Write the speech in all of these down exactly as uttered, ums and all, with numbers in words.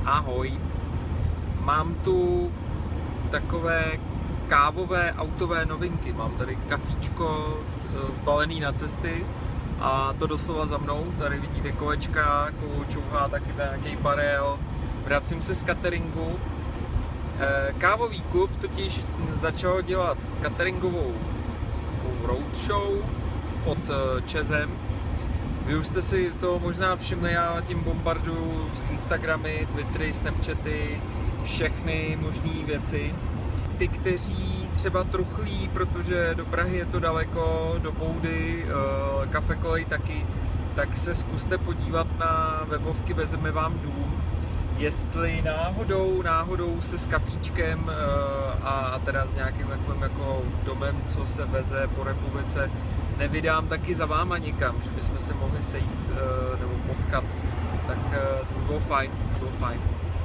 Ahoj, mám tu takové kávové autové novinky. Mám tady kafíčko zbalený na cesty a to doslova za mnou. Tady vidíte kolečka, čouhá taky nějaký barel. Vracím se z cateringu. Kávový klub totiž začal dělat cateringovou roadshow pod Čezem. Vy už jste si to možná všimli, já tím bombarduju z Instagramy, Twittery, Snapchaty, všechny možné věci. Ty, kteří třeba truchlí, protože do Prahy je to daleko, do Boudy, Kafe Kolej taky, tak se zkuste podívat na webovky Vezeme vám dům, jestli náhodou, náhodou se s kafíčkem a teda s nějakým takovým jako domem, co se veze po republice, nevydám taky za váma nikam, že bychom se mohli sejít uh, nebo potkat, tak uh, to by bylo fajn, to by bylo fajn.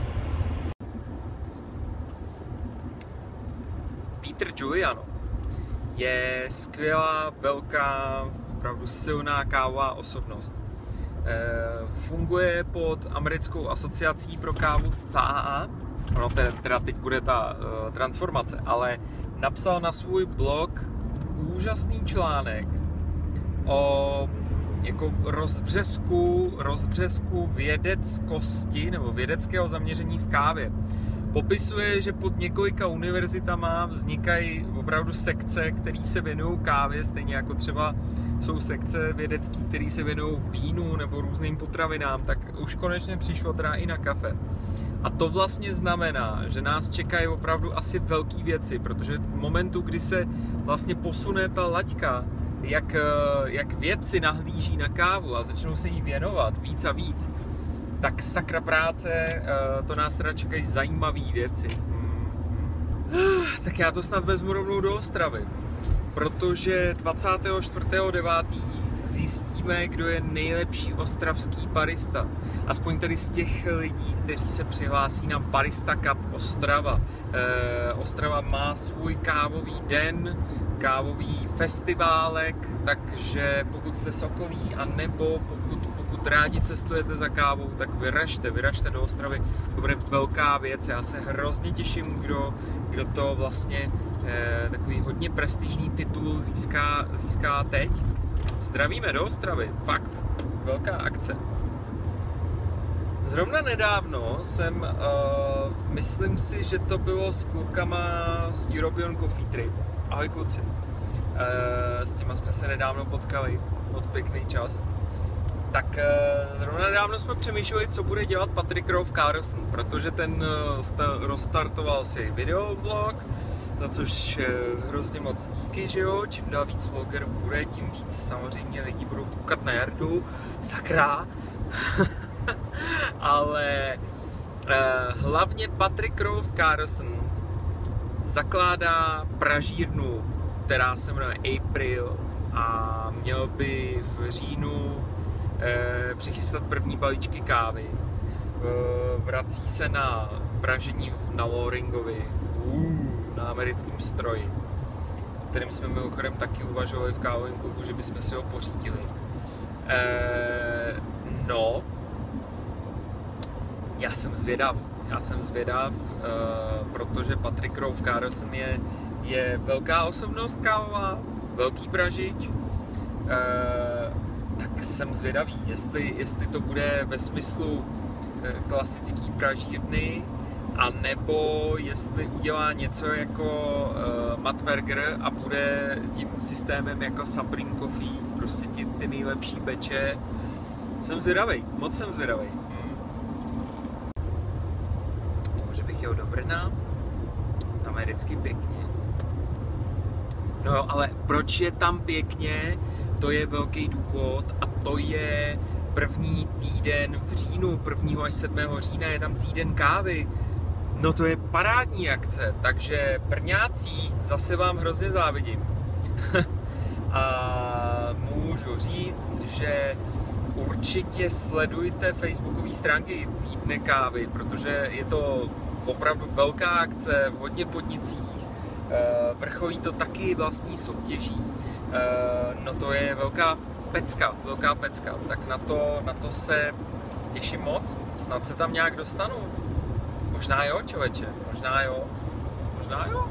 Peter Giuliano je skvělá, velká, opravdu silná kávová osobnost. Uh, funguje pod americkou asociací pro kávu z C A A, no teda, teda teď bude ta uh, transformace, ale napsal na svůj blog úžasný článek o jako rozbřesku, rozbřesku vědeckosti nebo vědeckého zaměření v kávě. Popisuje, že pod několika univerzitama vznikají opravdu sekce, které se věnují kávě, stejně jako třeba jsou sekce vědecké, které se věnují vínu nebo různým potravinám, tak už konečně přišlo teda i na kafe. A to vlastně znamená, že nás čekají opravdu asi velké věci, protože v momentu, kdy se vlastně posune ta laťka, jak, jak vědci nahlíží na kávu a začnou se jí věnovat víc a víc, tak sakra práce, to nás teda čekají zajímavé věci. Tak já to snad vezmu rovnou do Ostravy, protože dvacátého čtvrtého devátého zjistíme, kdo je nejlepší ostravský barista. Aspoň tedy z těch lidí, kteří se přihlásí na Barista Cup Ostrava. E, Ostrava má svůj kávový den, kávový festiválek, takže pokud jste sokolí a nebo pokud, pokud rádi cestujete za kávou, tak vyražte, vyražte do Ostravy. To bude velká věc. Já se hrozně těším, kdo, kdo to vlastně e, takový hodně prestižní titul získá, získá teď. Zdravíme do Ostravy, fakt, velká akce. Zrovna nedávno jsem, uh, myslím si, že to bylo s klukama z European Coffee Trip. Ahoj kluci. Uh, s těma jsme se nedávno potkali, od pěkný čas. Tak uh, zrovna nedávno jsme přemýšleli, co bude dělat Patrick Rolf Carlson, protože ten uh, sta- rozstartoval si videoblog, za což hrozně moc díky, že jo, čím dál víc vlogerů bude, tím víc samozřejmě lidi budou koukat na Jardu, sakra, ale eh, hlavně Patrick Rolf Carlson zakládá pražírnu, která se jmenuje April a měl by v říjnu eh, přichystat první balíčky kávy, eh, vrací se na pražení na Loringovi, uh. na americkém stroji, o kterém jsme mimochodem taky uvažovali v kávovém klubu, že bychom si ho pořídili. Eee, no, já jsem zvědav, já jsem zvědav, e, protože Patrick Rolf Carlson je, je velká osobnost kávová, velký pražič, e, tak jsem zvědavý, jestli, jestli to bude ve smyslu e, klasický pražírny, a nebo jestli udělá něco jako uh, Matt Berger a bude tím systémem jako Supreme Coffee, prostě ty, ty nejlepší beče. Jsem zvědavej, moc jsem zvědavej. Hmm. Že bych jel do Brna, americky pěkně. No jo, ale proč je tam pěkně, to je velký důvod a to je první týden v říjnu, prvního až sedmého října je tam týden kávy. No to je parádní akce, takže Brňáci, zase vám hrozně závidím. A můžu říct, že určitě sledujte facebookové stránky Týdne kávy, protože je to opravdu velká akce v hodně podnicích. Vrcholí to taky vlastní soutěží. No to je velká pecka, velká pecka, tak na to, na to se těším moc, snad se tam nějak dostanu. Možná jo, člověče, možná jo, možná jo.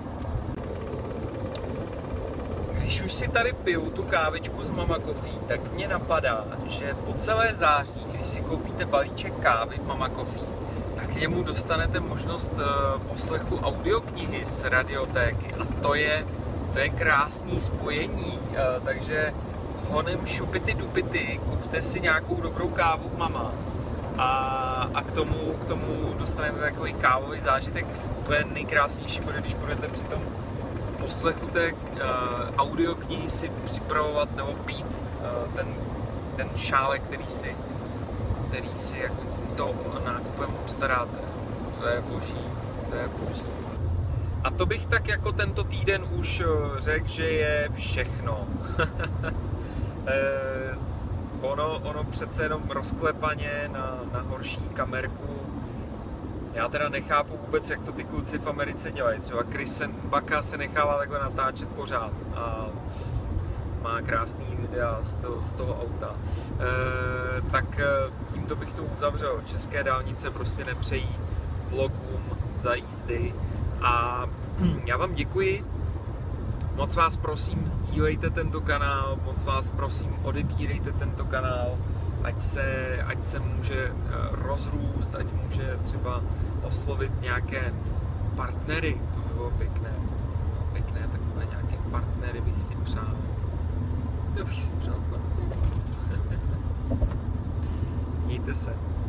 Když už si tady piju tu kávičku z Mama Coffee, tak mě napadá, že po celé září, když si koupíte balíček kávy v Mama Coffee, tak k němu dostanete možnost poslechu audioknihy z radiotéky. A to je, to je krásný spojení, takže honem šupity dupity, kupte si nějakou dobrou kávu v Mama a, a k, tomu, k tomu dostanete takový kávový zážitek. Úplně nejkrásnější bude, když budete při tom poslechu té uh, audioknihy si připravovat nebo pít uh, ten, ten šálek, který si, který si jako tímto nákupem obstaráte. To je boží, to je boží. A to bych tak jako tento týden už uh, řekl, že je všechno. eh, ono, ono přece jenom rozklepaně na, na horší kamerku. Já teda nechápu vůbec, jak to ty kluci v Americe dělají. Třeba Chris Baka se nechává takhle natáčet pořád a má krásný videa z toho, z toho auta. E, tak tímto bych to uzavřel. České dálnice prostě nepřejí vlogům za jízdy. A já vám děkuji. Moc vás prosím, sdílejte tento kanál, moc vás prosím, odebírejte tento kanál, ať se, ať se může rozrůst, ať může třeba oslovit nějaké partnery, to by bylo pěkné, pěkné takové nějaké partnery bych si přál, to bych si přál, Mějte se.